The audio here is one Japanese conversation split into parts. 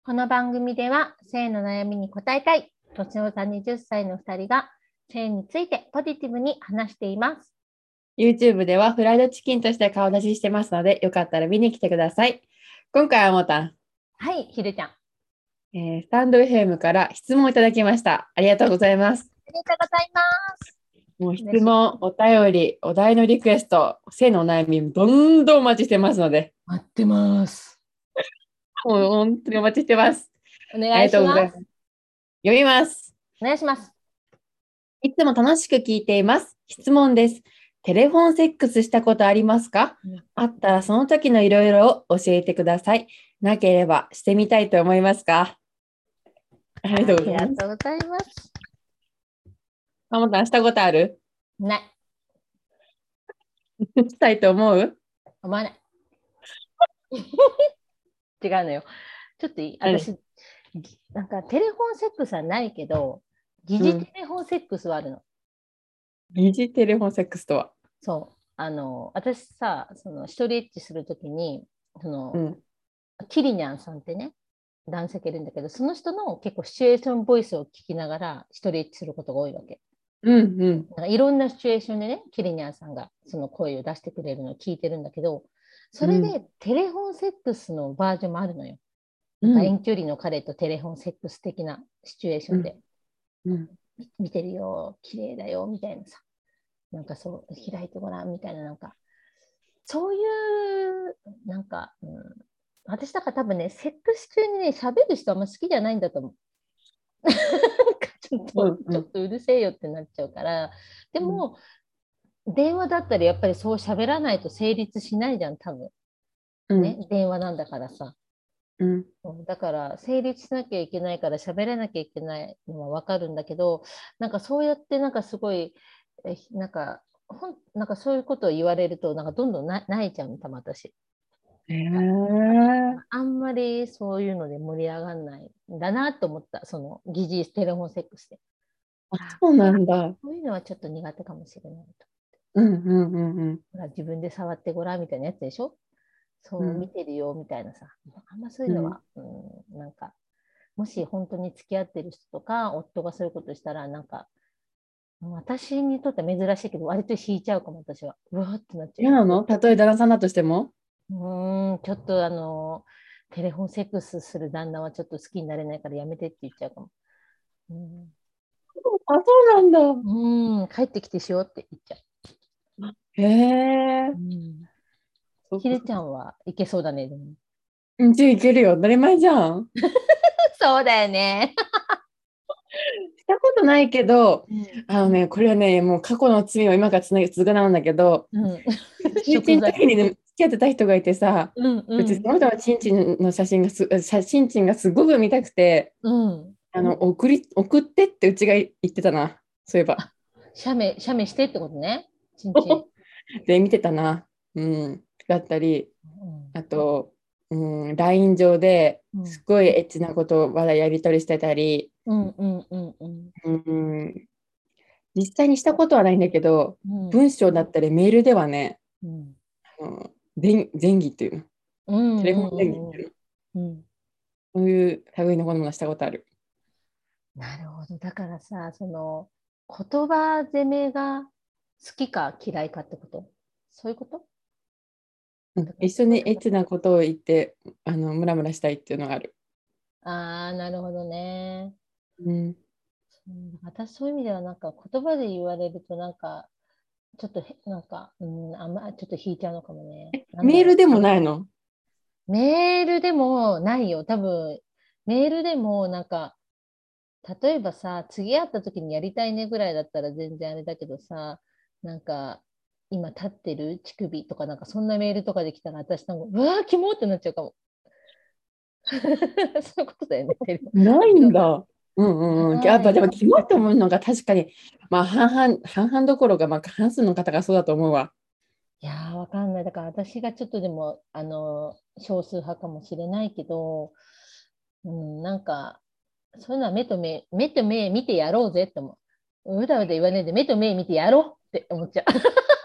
この番組では性の悩みに答えたい年の差20歳の2人が性についてポジティブに話しています。 YouTube ではフライドチキンとして顔出ししてますので、よかったら見に来てください。今回はもたん、 はい、ひるちゃん。あスタンド FM から質問いただきました。ありがとうございます。 りがとうございます。 もう質問、お便り、お題のリクエスト、性のお悩み、どんどんお待ちしてますので、 待ってます。 もう本当にお待ちしてます。 お願いします。 読みます。 お願いします。 いつも楽しく聞いています。質問です。テレフォンセックスしたことありますか？あったらその時のいろいろを教えてください。なければしてみたいと思いますか？ありがとうございます。 ありがとうございます。 マモタンしたことある？ ない。 したいと思う？ 思わない。違うのよ。ちょっといい？私、なんかテレフォンセックスはないけど、疑似テレフォンセックスはあるの。 疑似テレフォンセックスとは？ そう。私さ、一人エッチするときに、キリニャンさんってね、男性がいるんだけど、その人の結構シチュエーションボイスを聞きながら一人エッチすることが多いわけ。なんかいろんなシチュエーションでね、キリニャンさんがその声を出してくれるのを聞いてるんだけど、それでテレフォンセックスのバージョンもあるのよ。なんか遠距離の彼とテレフォンセックス的なシチュエーションで。見てるよ、綺麗だよ、みたいなさ。なんかそう、開いてごらん、みたいな、なんか、そういう、なんか、私だから多分ね、セックス中にね、喋る人あんま好きじゃないんだと思う。ちょっとうるせえよってなっちゃうから。でも、電話だったらやっぱりそう喋らないと成立しないじゃん、多分。ね、電話なんだからさ。だから成立しなきゃいけないから喋らなきゃいけないのは分かるんだけど、なんかそうやってなんかすごい、なんかそういうことを言われるとなんかどんどん泣いちゃうの、たま私。あんまりそういうので盛り上がらないんだなと思った、その疑似テレフォンセックスで。 そうなんだ。 そういうのはちょっと苦手かもしれないと。ほら自分で触ってごらんみたいなやつでしょ。そう見てるよみたいなさ。あんまそういうのは、なんか、もし本当に付き合ってる人とか、夫がそういうことしたら、なんか、私にとっては珍しいけど、割と引いちゃうかも、私は。うわーってなっちゃう。 嫌なの？たとえ旦那さんだとしても？ ちょっとテレフォンセックスする旦那はちょっと好きになれないからやめてって言っちゃうかも。 あ、そうなんだ。帰ってきてしようって言っちゃう。へえ。 ひるちゃんはいけそうだね、でも。 じゃあいけるよ。当たり前じゃん。 そうだよね。 したことないけど、これはね、もう過去の罪を今から続かなんだけど、中1の時に、ね、付き合ってた人がいてさ、うちその人のチンチンの写真チンがすごく見たくて、送ってってうちが言ってたな、そういえば。 写メしてってことね。チンチン。 で、見てたな。だったり、あと、LINE 上ですごいエッチなことをまだやり取りしてたり、実際にしたことはないんだけど、文章だったりメールではね、前戯っていうの、テレフォン前戯っていうの、そういう類のものもしたことある。 なるほど。だからさ、言葉攻めが好きか嫌いかってこと？そういうこと？ 一緒にエッチなことを言って、ムラムラしたいっていうのがある。 ああ、なるほどね。私そういう意味ではなんか言葉で言われるとなんかちょっとなんか、ちょっと引いちゃうのかもね。 メールでもないの？ メールでもないよ。多分、メールでもなんか、例えばさ、次会った時にやりたいねぐらいだったら全然あれだけどさ、なんか、今立ってる乳首とかなんかそんなメールとかできたら私なんか、うわー、キモってなっちゃうかも。そういうことだよね。 ないんだ。やっぱでも、キモいと思うのが確かに、まあ、半々どころか、まあ、過半数の方がそうだと思うわ。 いやー、わかんない。だから私がちょっとでも、少数派かもしれないけど、なんか、そういうのは目と目見てやろうぜって思う。うだうだ言わねえで目と目見てやろうって思っちゃ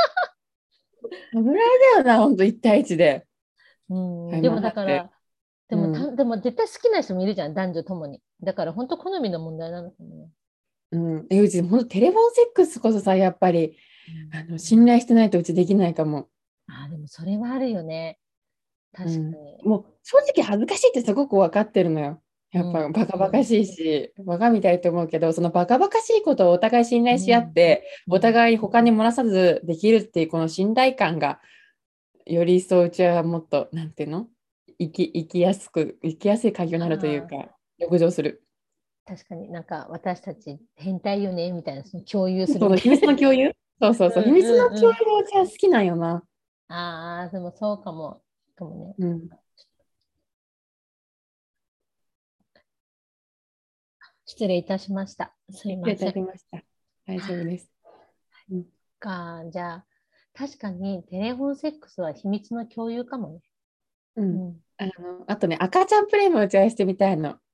危ないだよな、本当一対一で。 う。でもだから、 でも絶対好きな人もいるじゃん、男女ともに。だから本当好みの問題なのかもね。 うち本当テレフォンセックスこそさ、やっぱり、信頼してないとうちできないかも。 でもそれはあるよね。確かに。 もう正直恥ずかしいってすごく分かってるのよ。やっぱバカバカしいし、バカみたいと思うけど、そのバカバカしいことをお互い信頼し合って、お互いに他に漏らさずできるっていうこの信頼感が、より一層うちはもっと、なんていうの、生きやすい環境になるというか、浴場する。 確かになんか私たち変態よねみたいな、その共有する。 その秘密の共有そうそうそう、秘密の共有がうちは好きなんよな。 でもそうかもね。失礼いたしました。すいません。 失礼いたしました。大丈夫です。 じゃあ、確かにテレフォンセックスは秘密の共有かもね。 あとね、赤ちゃんプレイも打ち合わせてみたいの。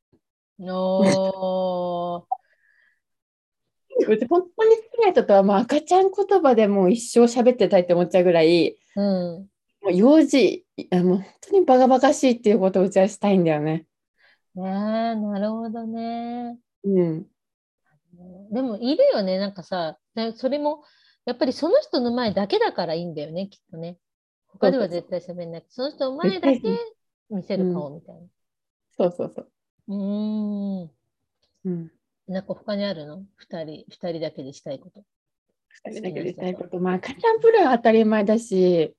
うち本当に好きな人とはもう赤ちゃん言葉でもう一生喋ってたいって思っちゃうぐらい、もう幼児、もう本当にバカバカしいっていうことを打ち合わせしたいんだよね。 なるほどね。 うん。 でもいるよね、なんかさ、それもやっぱりその人の前だけだからいいんだよね、きっとね。他では絶対喋んない。その人の前だけ見せる顔みたいな。 そうそうそう。 なんか他にあるの？二人だけでしたいこと。 二人だけでしたいこと。まあ、赤ちゃんプレイは当たり前だし、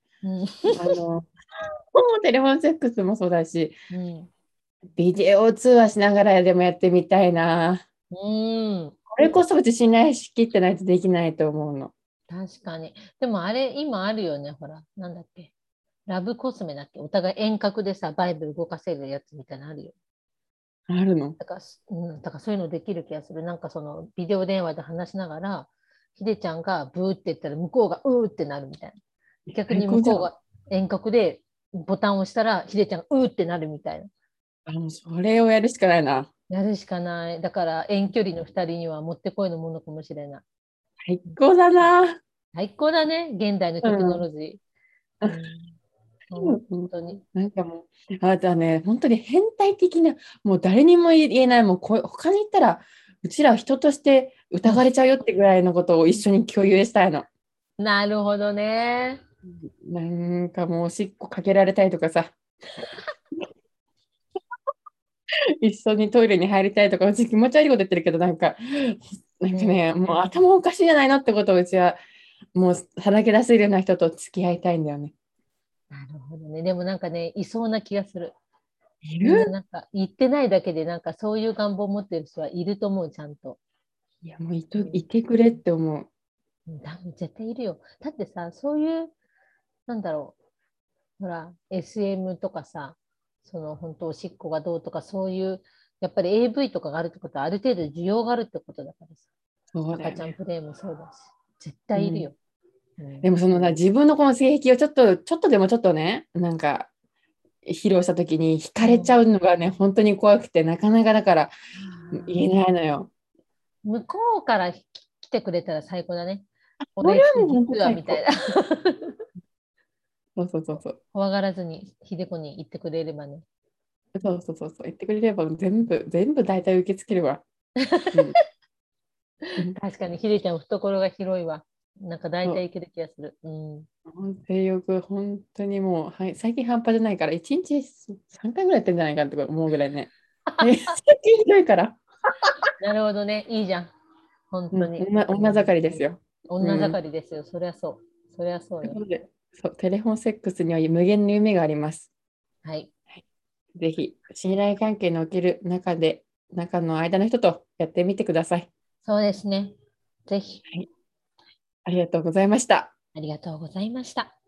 テレフォンセックスもそうだし、ビデオ通話しながらでもやってみたいな。これこそうち信頼しきってないとできないと思うの。 確かに。でもあれ、今あるよね、ほら。なんだっけ。ラブコスメだっけ。お互い遠隔でさ、バイブル動かせるやつみたいなのあるよ。 あるの？ だからそういうのできる気がする。なんかそのビデオ電話で話しながら、ひでちゃんがブーって言ったら向こうがうーってなるみたいな。逆に向こうが遠隔でボタンを押したらひでちゃんがうーってなるみたいな。 もうそれをやるしかないな。 やるしかない。だから遠距離の2人にはもってこいのものかもしれない。 最高だな。 最高だね、現代のテクノロジー。本当に。 なんかもう、じゃあね、本当に変態的な、もう誰にも言えない、もう他に言ったら、うちらは人として疑われちゃうよってぐらいのことを一緒に共有したいの。 なるほどね。 なんかもうおしっこかけられたいとかさ、一緒にトイレに入りたいとか、うち気持ち悪いこと言ってるけど、なんかね、もう頭おかしいじゃないのってことをうちは、もうさらけ出せるような人と付き合いたいんだよね。 なるほどね。でもなんかね、いそうな気がする。 いみんなる？ なんか言ってないだけでなんかそういう願望を持ってる人はいると思う、ちゃんと。 いや、もういてくれって思う。 絶対いるよ。だってさ、そういう、なんだろう、ほら、SM とかさ、その本当おしっこがどうとかそういう、やっぱり AV とかがあるってことはある程度需要があるってことだからさ。 そうだよね。 赤ちゃんプレイもそうだし、絶対いるよ。 でもその自分のこの性癖をちょっとでもちょっとね、なんか披露したときに惹かれちゃうのがね、本当に怖くて、なかなかだから言えないのよ。 向こうから来てくれたら最高だね。 これ俺、 はもう本当実はみたいな。 そうそうそうそう。 怖がらずに、ひでこに言ってくれればね。 そうそうそうそう。言ってくれれば全部大体受け付けるわ。 確かに、ひでちゃん懐が広いわ。なんか大体いける気がする。 性欲、本当にもう、はい、最近半端じゃないから、1日3回ぐらいやってんじゃないかって思うぐらいね。最近ひどいから。 なるほどね。いいじゃん。本当に。 女盛りですよ。 女盛りですよ。そりゃそう。そりゃそうよ。 テレフォンセックスには無限の夢があります。 はい。 ぜひ、信頼関係のおける中の間の人とやってみてください。 そうですね。ぜひ。 はい。ありがとうございました。 ありがとうございました。